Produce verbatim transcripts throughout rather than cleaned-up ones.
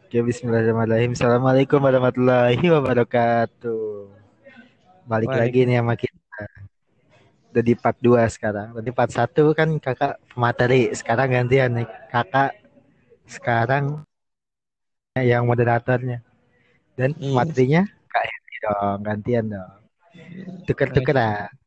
Oke, bismillahirrahmanirrahim. Assalamualaikum warahmatullahi wabarakatuh. Balik lagi nih Waalaikumsalam. sama kita. Udah di part dua sekarang. Tadi part satu kan kakak pemateri. Sekarang gantian nih. Kakak sekarang yang moderatornya. Dan Iya. pematerinya Kak Henry dong. Gantian dong. Masya, Tuker-tukeran.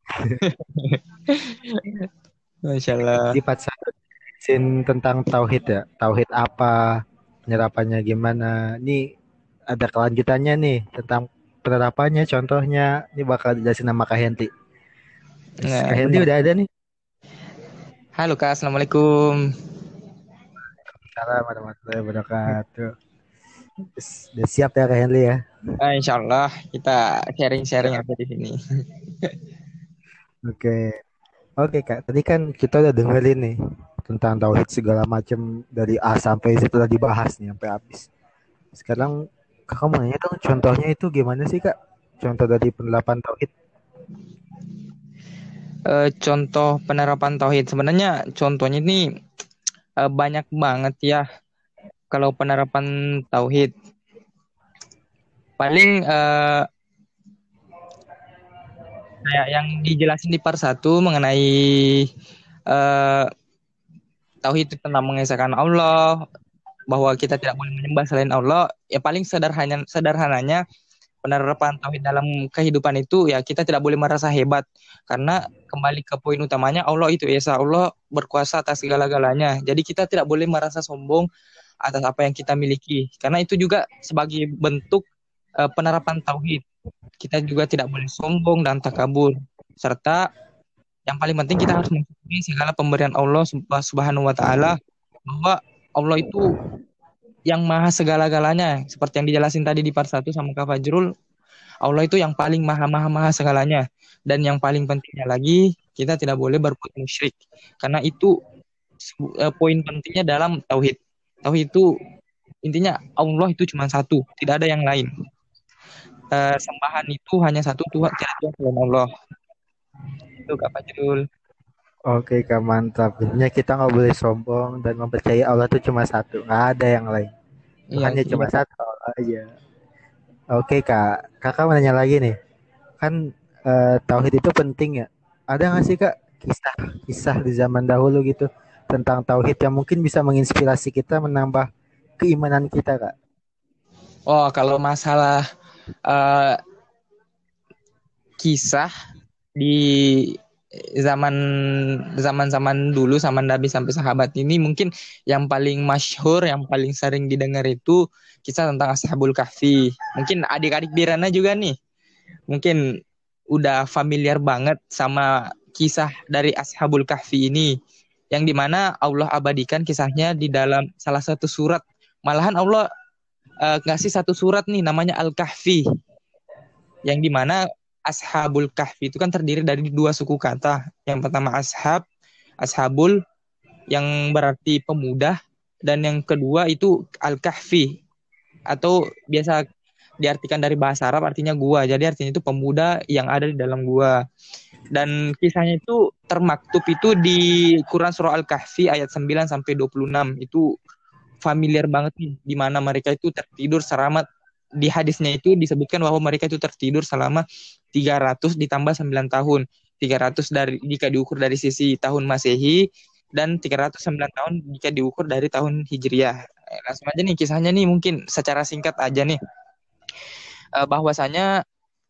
Masya Allah. Di part satu sin tentang tauhid ya. Tauhid apa? Penyerapannya gimana? Ini ada kelanjutannya nih tentang penerapannya. Contohnya ini bakal dijelasin sama Kak Henry. Yes, Nah, Kak Hendy benar. udah ada nih. Halo Kak, Assalamualaikum. Salam warahmatullahi wabarakatuh. Yes, udah siap ya Kak Hendy ya? Ah, Insya Allah kita sharing-sharing Siap. apa di sini. Oke. Oke Kak, tadi kan kita udah dengerin nih tentang tauhid segala macam dari A sampai Z udah dibahas nih sampai habis. Sekarang Kakak mau nanya dong contohnya itu gimana sih Kak? Contoh dari penerapan tauhid. Eh, contoh penerapan tauhid sebenarnya contohnya ini eh, banyak banget ya. Kalau penerapan tauhid paling eh, kayak yang dijelasin di part satu mengenai eh, tauhid itu tentang mengesahkan Allah, bahwa kita tidak boleh menyembah selain Allah. Ya paling sederhananya sederhananya penerapan tauhid dalam kehidupan itu ya kita tidak boleh merasa hebat, karena kembali ke poin utamanya Allah itu esa, Allah berkuasa atas segala-galanya. Jadi kita tidak boleh merasa sombong atas apa yang kita miliki, karena itu juga sebagai bentuk eh, penerapan tauhid. Kita juga tidak boleh sombong dan takabur, serta yang paling penting kita harus mensyukuri segala pemberian Allah Subhanahu wa taala, bahwa Allah itu yang maha segala-galanya, seperti yang dijelasin tadi di part satu sama Kak Fajrul. Allah itu yang paling maha-maha-maha segalanya. Dan yang paling pentingnya lagi, kita tidak boleh berbuat musyrik. Karena itu eh, poin pentingnya dalam tauhid. Tauhid itu intinya Allah itu cuma satu, tidak ada yang lain. Eh, sembahan itu hanya satu Tuhan, tidak ada selain Allah. Itu Kak Fajrul. Oke Kak, mantap. Intinya kita nggak boleh sombong dan mempercayai Allah itu cuma satu, nggak ada yang lain. Iya, Tuhannya iya cuma Kak. satu Allah aja. Oke Kak, Kakak mau nanya lagi nih. Kan eh, tauhid itu penting ya. Ada nggak sih Kak kisah-kisah di zaman dahulu gitu tentang tauhid yang mungkin bisa menginspirasi kita menambah keimanan kita Kak? Oh, kalau masalah eh, kisah di zaman zaman zaman dulu, zaman Nabi sampai sahabat ini, mungkin yang paling masyhur, yang paling sering didengar itu kisah tentang Ashabul Kahfi. Mungkin adik-adik Birana juga nih mungkin udah familiar banget sama kisah dari Ashabul Kahfi ini, yang dimana Allah abadikan kisahnya di dalam salah satu surat. Malahan Allah eh, ngasih satu surat nih namanya Al-Kahfi, yang dimana Ashabul Kahfi itu kan terdiri dari dua suku kata. Yang pertama ashab, ashabul yang berarti pemuda, dan yang kedua itu Al-Kahfi, atau biasa diartikan dari bahasa Arab artinya gua. Jadi artinya itu pemuda yang ada di dalam gua. Dan kisahnya itu termaktub itu di Quran surah Al-Kahfi ayat sembilan sampai dua puluh enam. Itu familiar banget nih, di mana mereka itu tertidur selama, di hadisnya itu disebutkan bahwa mereka itu tertidur selama tiga ratus ditambah sembilan tahun. Tiga ratus dari jika diukur dari sisi tahun Masehi, dan tiga ratus sembilan tahun jika diukur dari tahun Hijriah. Eh, Langsung aja nih kisahnya nih, mungkin secara singkat aja nih. Eh, bahwasanya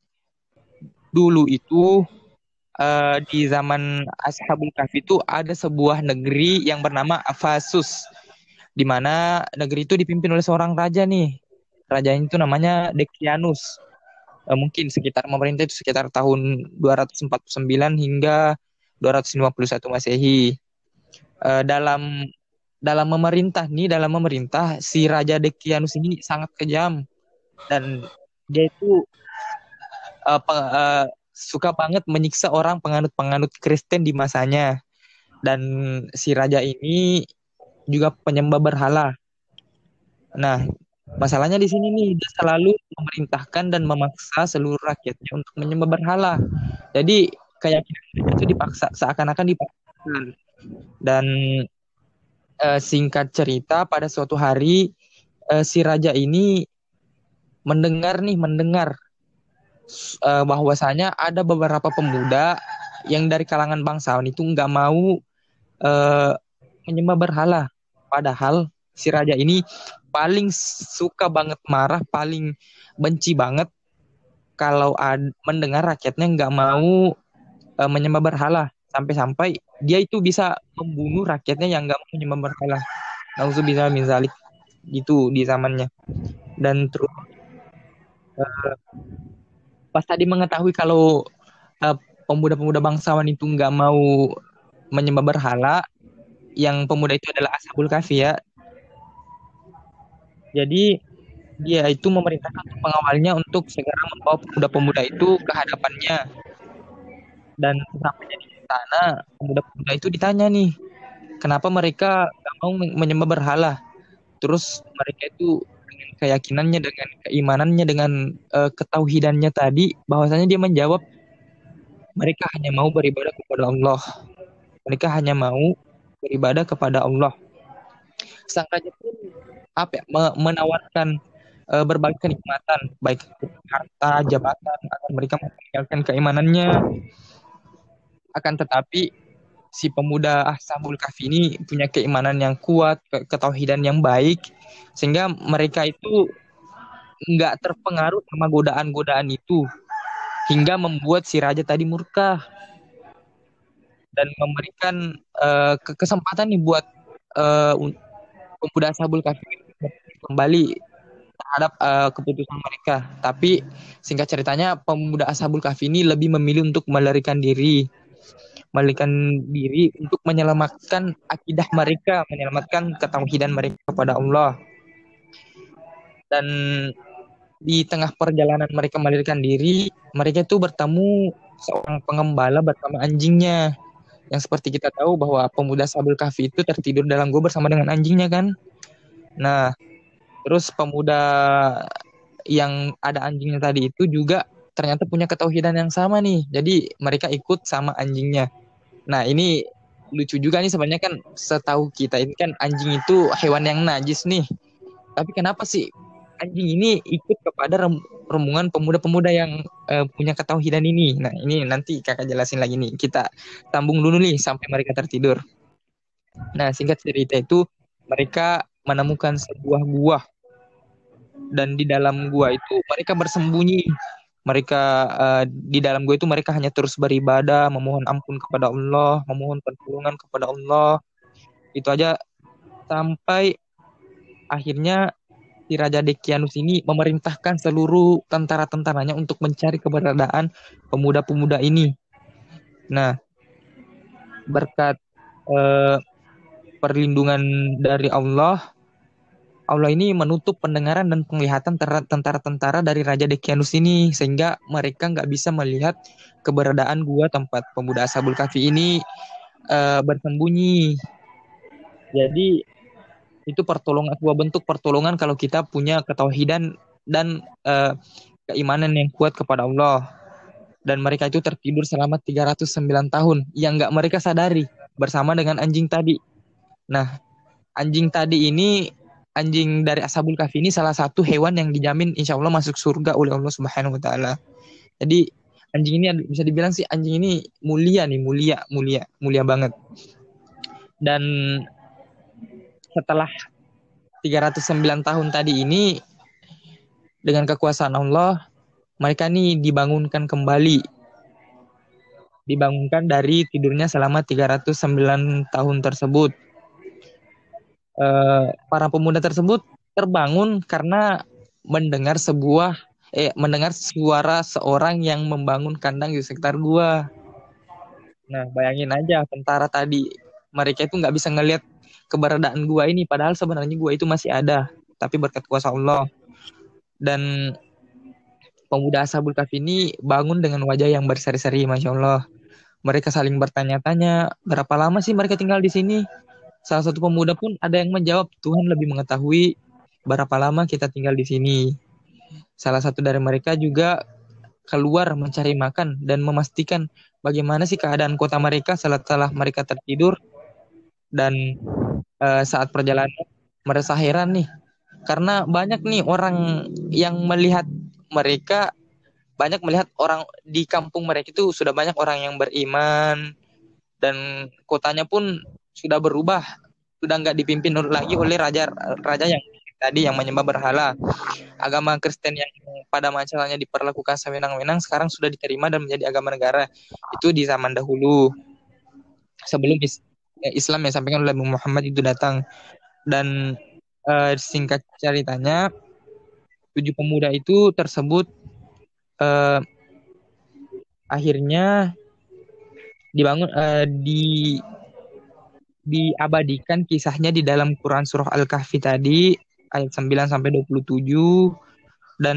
dulu itu eh, di zaman Ashabul Kahfi itu ada sebuah negeri yang bernama Afasus, di mana negeri itu dipimpin oleh seorang raja nih. Rajanya itu namanya Dekianus. Eh, mungkin sekitar memerintah itu sekitar tahun dua ratus empat puluh sembilan hingga dua ratus lima puluh satu Masehi. Eh, dalam dalam memerintah nih, dalam memerintah si Raja Dekianus ini sangat kejam, dan dia itu eh, pe- eh, suka banget menyiksa orang penganut-penganut Kristen di masanya. Dan si raja ini juga penyembah berhala. Nah, masalahnya di sini nih, dia selalu memerintahkan dan memaksa seluruh rakyatnya untuk menyembah berhala. Jadi keyakinan mereka itu dipaksa, seakan-akan dipaksakan. Dan eh, singkat cerita, pada suatu hari uh, si raja ini mendengar nih mendengar uh, bahwasanya ada beberapa pemuda yang dari kalangan bangsawan itu nggak mau uh, menyembah berhala. Padahal si raja ini paling suka banget marah, paling benci banget kalau ad- mendengar rakyatnya nggak mau uh, menyembah berhala. Sampai-sampai dia itu bisa membunuh rakyatnya yang nggak mau menyembah berhala. Nauzubillah min zalik gitu di zamannya. Dan terus uh, pas tadi mengetahui kalau uh, pemuda-pemuda bangsawan itu nggak mau menyembah berhala, yang pemuda itu adalah Ashabul Kahfi ya. Jadi dia itu memerintahkan pengawalnya untuk segera membawa pemuda-pemuda itu ke hadapannya. Dan sampainya di sana, pemuda-pemuda itu ditanya nih, kenapa mereka nggak mau menyembah berhala? Terus mereka itu dengan keyakinannya, dengan keimanannya, dengan uh, ketauhidannya tadi, bahwasanya dia menjawab, mereka hanya mau beribadah kepada Allah. Mereka hanya mau beribadah kepada Allah. Sang raja pun apa ya, menawarkan uh, berbagai kenikmatan, baik harta, jabatan, agar mereka meninggalkan keimanannya. Akan tetapi si pemuda Ashabul Kahfi ini punya keimanan yang kuat, ketauhidan yang baik, sehingga mereka itu nggak terpengaruh sama godaan-godaan itu, hingga membuat si raja tadi murka dan memberikan uh, kesempatan nih buat uh, pemuda Ashabul Kahfi kembali terhadap uh, keputusan mereka. Tapi singkat ceritanya pemuda Ashabul Kahfi ini lebih memilih untuk melarikan diri, melarikan diri untuk menyelamatkan akidah mereka, menyelamatkan ketauhidan mereka kepada Allah. Dan di tengah perjalanan mereka melarikan diri, mereka itu bertemu seorang pengembala bersama anjingnya. Yang seperti kita tahu bahwa pemuda Ashabul Kahfi itu tertidur dalam gua bersama dengan anjingnya kan. Nah, terus pemuda yang ada anjingnya tadi itu juga ternyata punya ketauhidan yang sama nih. Jadi mereka ikut sama anjingnya. Nah, ini lucu juga nih sebenarnya kan, setahu kita ini kan anjing itu hewan yang najis nih. Tapi kenapa sih anjing ini ikut kepada rombongan pemuda-pemuda yang uh, punya ketauhidan ini? Nah, ini nanti kakak jelasin lagi nih. Kita sambung dulu nih sampai mereka tertidur. Nah, singkat cerita itu mereka menemukan sebuah gua, dan di dalam gua itu mereka bersembunyi. Mereka uh, di dalam gua itu mereka hanya terus beribadah, memohon ampun kepada Allah, memohon pertolongan kepada Allah. Itu aja sampai akhirnya si Raja Dekianus ini memerintahkan seluruh tentara-tentaranya untuk mencari keberadaan pemuda-pemuda ini. Nah, berkat uh, perlindungan dari Allah, Allah ini menutup pendengaran dan penglihatan tentara-tentara dari Raja Dekianus ini, sehingga mereka nggak bisa melihat keberadaan gua tempat pemuda Ashabul Kahfi ini uh, bersembunyi. Jadi itu pertolongan, sebuah bentuk pertolongan kalau kita punya ketauhidan dan uh, keimanan yang kuat kepada Allah. Dan mereka itu tertidur selama tiga ratus sembilan tahun yang nggak mereka sadari bersama dengan anjing tadi. Nah, anjing tadi ini, anjing dari Ashabul Kahfi ini salah satu hewan yang dijamin insya Allah masuk surga oleh Allah Subhanahu Wa Taala. Jadi anjing ini bisa dibilang sih anjing ini mulia nih, mulia, mulia, mulia banget. Dan setelah tiga ratus sembilan tahun tadi ini, dengan kekuasaan Allah, mereka nih dibangunkan kembali. Dibangunkan dari tidurnya selama tiga ratus sembilan tahun tersebut. Uh, para pemuda tersebut terbangun karena mendengar sebuah eh mendengar suara seorang yang membangun kandang di sekitar gua. Nah, bayangin aja tentara tadi, mereka itu nggak bisa ngelihat keberadaan gua ini, padahal sebenarnya gua itu masih ada, tapi berkat kuasa Allah. Dan pemuda Ashabul Kahfi ini bangun dengan wajah yang berseri-seri, masya Allah. Mereka saling bertanya-tanya, berapa lama sih mereka tinggal di sini? Salah satu pemuda pun ada yang menjawab, Tuhan lebih mengetahui berapa lama kita tinggal di sini. Salah satu dari mereka juga keluar mencari makan dan memastikan bagaimana sih keadaan kota mereka setelah mereka tertidur. Dan uh, saat perjalanan merasa heran nih, Karena banyak nih orang yang melihat mereka, banyak melihat orang di kampung mereka itu sudah banyak orang yang beriman dan kotanya pun sudah berubah, sudah nggak dipimpin lagi oleh raja raja yang tadi yang menyembah berhala. Agama Kristen yang pada masanya diperlakukan sewenang-wenang sekarang sudah diterima dan menjadi agama negara. Itu di zaman dahulu sebelum is- eh, Islam yang sampaikan oleh Muhammad itu datang. Dan eh, singkat ceritanya, tujuh pemuda itu tersebut eh, akhirnya dibangun eh, di diabadikan kisahnya di dalam Quran surah Al-Kahfi tadi ayat sembilan sampai dua puluh tujuh. Dan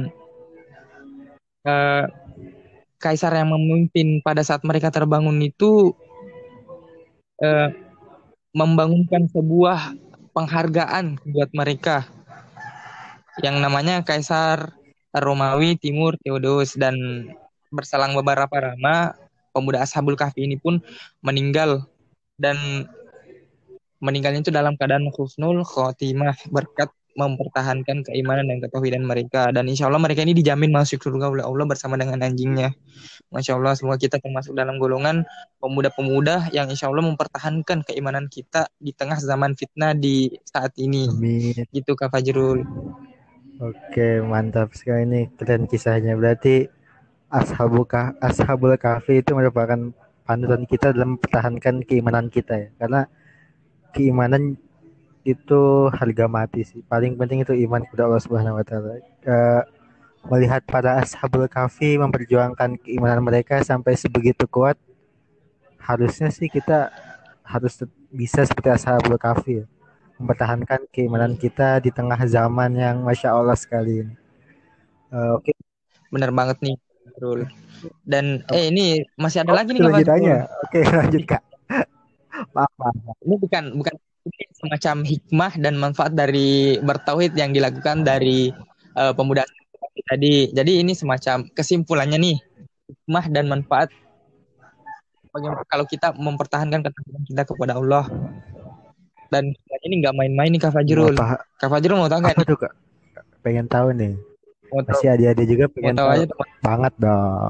eh, kaisar yang memimpin pada saat mereka terbangun itu eh, membangunkan sebuah penghargaan buat mereka yang namanya Kaisar Romawi Timur Theodosius. Dan berselang beberapa lama pemuda Ashabul Kahfi ini pun meninggal, dan meninggalnya itu dalam keadaan husnul khotimah berkat mempertahankan keimanan dan ketauhidan mereka. Dan insya Allah mereka ini dijamin masuk surga oleh Allah bersama dengan anjingnya. Masya Allah, semoga kita termasuk dalam golongan pemuda-pemuda yang insya Allah mempertahankan keimanan kita di tengah zaman fitnah di saat ini. Amin. Gitu Kak Fajrul. Oke, mantap sekali nih keren kisahnya. Berarti Ashabul, Kah- Ashabul Kahfi itu merupakan panutan kita dalam mempertahankan keimanan kita ya. Karena keimanan itu harga mati sih. Paling penting itu iman kepada Allah Subhanahu wa taala. Eh, melihat para Ashabul Kahfi memperjuangkan keimanan mereka sampai sebegitu kuat, harusnya sih kita harus bisa seperti Ashabul Kahfi ya. Mempertahankan keimanan kita di tengah zaman yang Masya Allah sekali ini. Eh, Oke, Bener banget nih, Fajrul. Dan Apa- eh ini masih ada oh, lagi itu nih Kak Fajrul. lanjutannya. Oke, lanjut Kak. Maaf, maaf. Ini bukan bukan ini semacam hikmah dan manfaat dari bertauhid yang dilakukan dari eh, pemuda tadi. Jadi ini semacam kesimpulannya nih, hikmah dan manfaat bagaimana kalau kita mempertahankan ketakwaan kita kepada Allah. Dan ini nggak main-main nih Kak Nggak Fajrul. paham. Kak Fajrul mau tahu nggak Apa nih? tuh Kak? Pengen tahu nih. Mau tahu, Masih adik-adik juga mau pengen tahu tahu. aja teman. Banget dong.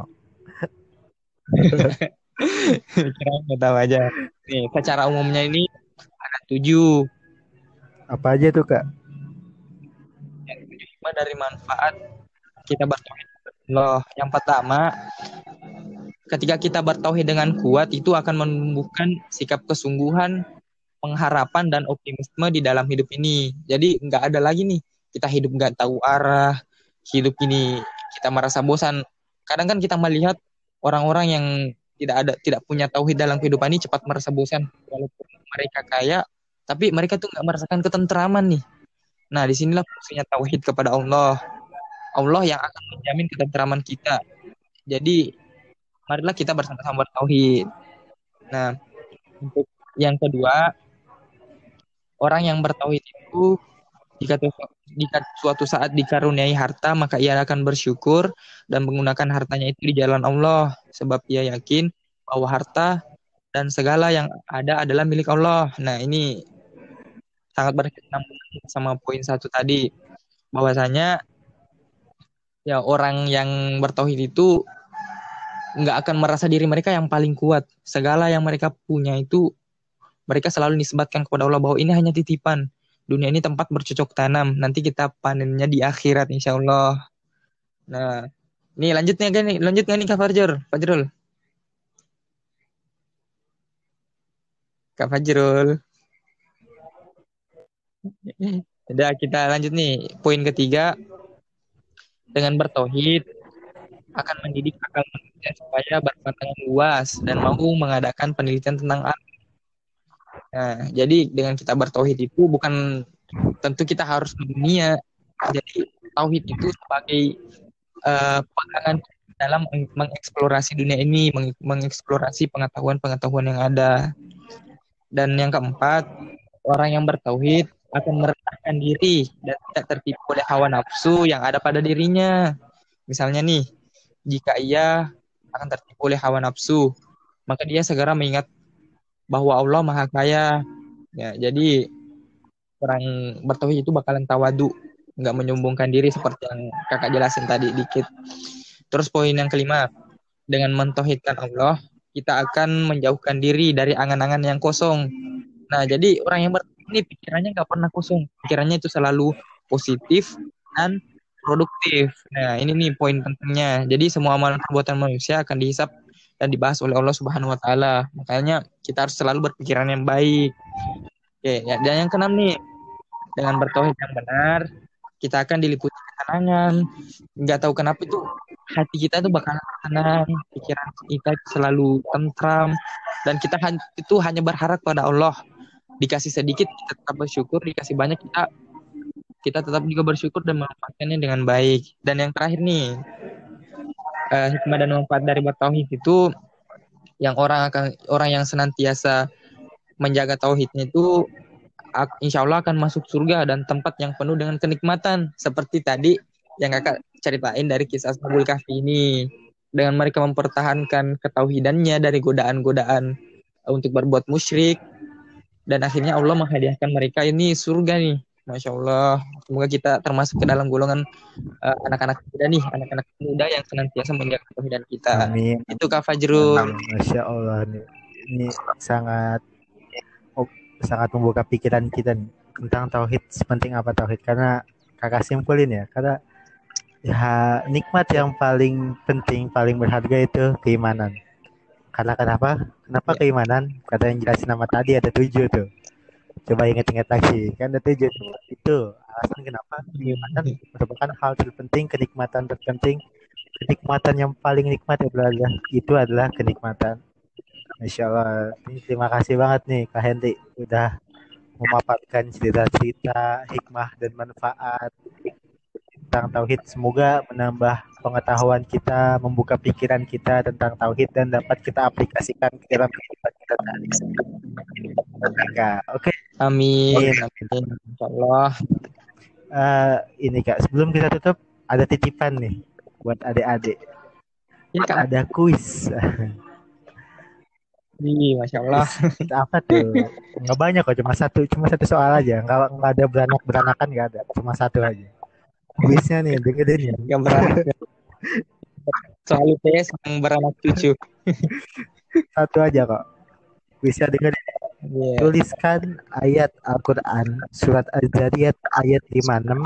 Kira mau tahu aja. Nih, secara umumnya ini ada tujuh. Apa aja tuh Kak? Yang tujuh hikmah dari manfaat kita bertauhid kepada Allah. Yang pertama, ketika kita bertauhid dengan kuat itu akan menumbuhkan sikap kesungguhan, pengharapan dan optimisme di dalam hidup ini. Jadi nggak ada lagi nih kita hidup nggak tahu arah, hidup ini kita merasa bosan. Kadang kan kita melihat orang-orang yang tidak ada tidak punya tauhid dalam kehidupan ini cepat merasa bosan walaupun mereka kaya, tapi mereka tuh nggak merasakan ketentraman nih. Nah, disinilah fungsinya tauhid kepada Allah. Allah yang akan menjamin ketentraman kita. Jadi, marilah kita bersama-sama bertauhid. Nah, untuk yang kedua, orang yang bertauhid itu jika, jika suatu saat dikaruniai harta, maka ia akan bersyukur dan menggunakan hartanya itu di jalan Allah. Sebab ia yakin bahwa harta dan segala yang ada adalah milik Allah. Nah, ini sangat berkesinambungan sama poin satu tadi. Bahwasanya ya orang yang bertauhid itu nggak akan merasa diri mereka yang paling kuat. Segala yang mereka punya itu mereka selalu nisbatkan kepada Allah bahwa ini hanya titipan. Dunia ini tempat bercocok tanam. Nanti kita panennya di akhirat insya Allah. Nah, ini lanjutnya kan nih, lanjut nggak nih Kak Fajrul? Fajrul, Kak Fajrul. Udah kita lanjut nih. Poin ketiga, dengan bertauhid akan mendidik akal manusia supaya berpengetahuan luas dan mau mengadakan penelitian tentang alam. Nah, jadi dengan kita bertauhid itu bukan tentu kita harus ke dunia. Jadi tauhid itu sebagai uh, pegangan dalam mengeksplorasi dunia ini, meng- mengeksplorasi pengetahuan-pengetahuan yang ada. Dan yang keempat, orang yang bertauhid akan merendahkan diri dan tidak tertipu oleh hawa nafsu yang ada pada dirinya. Misalnya nih, jika ia akan tertipu oleh hawa nafsu, maka dia segera mengingat bahwa Allah Maha Kaya. Ya, jadi orang bertauhid itu bakalan tawadu, nggak menyombongkan diri seperti yang kakak jelasin tadi dikit. Terus poin yang kelima, dengan mentauhidkan Allah, kita akan menjauhkan diri dari angan-angan yang kosong. Nah, jadi orang yang bertauhid ini pikirannya nggak pernah kosong, pikirannya itu selalu positif dan produktif. Nah, ini nih poin pentingnya. Jadi semua amalan perbuatan manusia akan dihisap dan dibahas oleh Allah Subhanahu wa taala. Makanya kita harus selalu berpikiran yang baik. Oke, ya, dan yang keenam nih, dengan bertauhid yang benar, kita akan diliputi ketenangan. Nggak tahu kenapa itu hati kita tuh bakalan tenang, pikiran kita selalu tentram, dan kita itu hanya berharap pada Allah. Dikasih sedikit kita tetap bersyukur, dikasih banyak kita kita tetap juga bersyukur dan memanfaatkannya dengan baik. Dan yang terakhir nih, uh, hikmah dan manfaat dari bertauhid itu, yang orang akan orang yang senantiasa menjaga tauhidnya itu insya Allah akan masuk surga dan tempat yang penuh dengan kenikmatan. Seperti tadi yang kakak ceritain dari kisah Ashabul Kahfi ini. Dengan mereka mempertahankan ketauhidannya dari godaan-godaan untuk berbuat musyrik. Dan akhirnya Allah menghadiahkan mereka ini surga nih. Masya Allah. Semoga kita termasuk ke dalam golongan uh, anak-anak muda nih. Anak-anak muda yang senantiasa menjaga ketauhidan kita. Amin. Itu Kak Fajrul. Masya Allah nih. Ini sangat sangat membuka pikiran kita nih, tentang tauhid, sepenting apa tauhid. Karena kakak simpulin ya, karena ya nikmat yang paling penting, paling berharga itu keimanan. Karena kenapa? Kenapa ya. Keimanan? Kata yang jelasin nama tadi ada tujuh tuh. Coba ingat-ingat lagi, kan ada tujuh itu alasan kenapa keimanan merupakan hal terpenting, kenikmatan terpenting, kenikmatan yang paling nikmat adalah itu adalah kenikmatan. Masya Allah, terima kasih banget nih Kak Henry udah memaparkan cerita-cerita, hikmah dan manfaat tentang tauhid. Semoga menambah pengetahuan kita, membuka pikiran kita tentang tauhid dan dapat kita aplikasikan ke dalam kehidupan kita. Oke. Okay. Amin. Amin. Insya Allah. Uh, ini Kak, sebelum kita tutup ada titipan nih buat adik-adik. Ya, Kak. Ada kuis. Iya, Masya Allah. Apa tuh? Nggak banyak kok, cuma satu, cuma satu soal aja. Nggak, nggak ada beranak beranakan, nggak ada, cuma satu aja. Kuisnya nih, dengerin ya. Yang beranak. Soal I P S yang beranak cucu. Satu aja kok. Kuisnya dengerin. Yeah. Tuliskan ayat Al-Quran surat Az-Zariyat ayat lima puluh enam.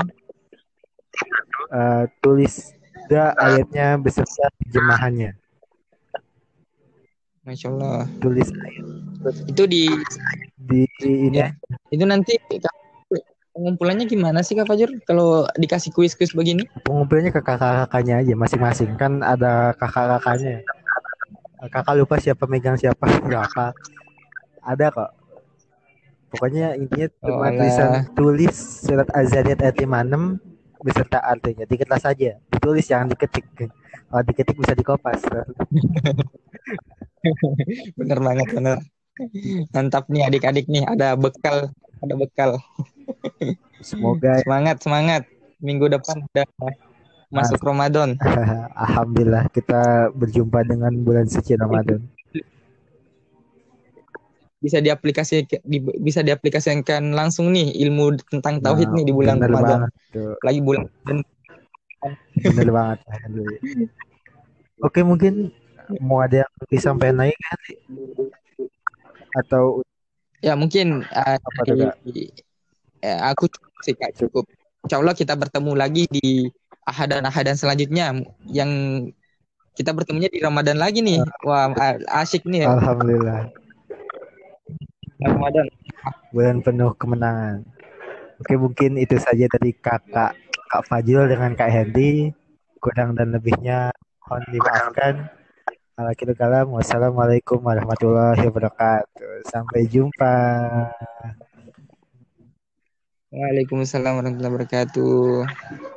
Uh, tulis juga ayatnya beserta terjemahannya. Masya Allah. Tulis itu di di ini ya. Itu nanti pengumpulannya gimana sih Kak Fajur kalau dikasih kuis-kuis begini? Pengumpulannya ke kakak-kakaknya aja masing-masing, kan ada kakak-kakaknya. Kakak lupa siapa megang siapa berapa. Ada kok. Pokoknya intinya cuma oh, tulisan tulis surat Az-Zariyat ayat lima puluh enam beserta artinya. Dikitlah saja. Ditulis, jangan diketik. Kalau diketik bisa dikopas. Bener banget, bener. Mantap nih adik-adik nih, ada bekal, ada bekal. Semoga semangat, semangat. Minggu depan udah masuk Ramadan. Alhamdulillah kita berjumpa dengan bulan suci Ramadan. Bisa diaplikasi di, bisa diaplikasikan langsung nih ilmu tentang tauhid nah, nih di bulan Ramadan. Lagi bulan bener banget. Oke, mungkin mau ada yang disampaikan lagi kan? Atau ya mungkin uh, dari, ya, aku cukup sih Kak, cukup. Insya Allah kita bertemu lagi di ahadan-ahadan selanjutnya yang kita bertemunya di Ramadan lagi nih. Wah, asyik nih. Alhamdulillah. Ramadan. Bulan penuh kemenangan. Oke, mungkin itu saja dari kakak Kak Fajrul dengan Kak Hendy. Kurang dan lebihnya mohon dimaafkan. Wassalamualaikum warahmatullahi wabarakatuh. Sampai jumpa. Waalaikumsalam warahmatullahi wabarakatuh.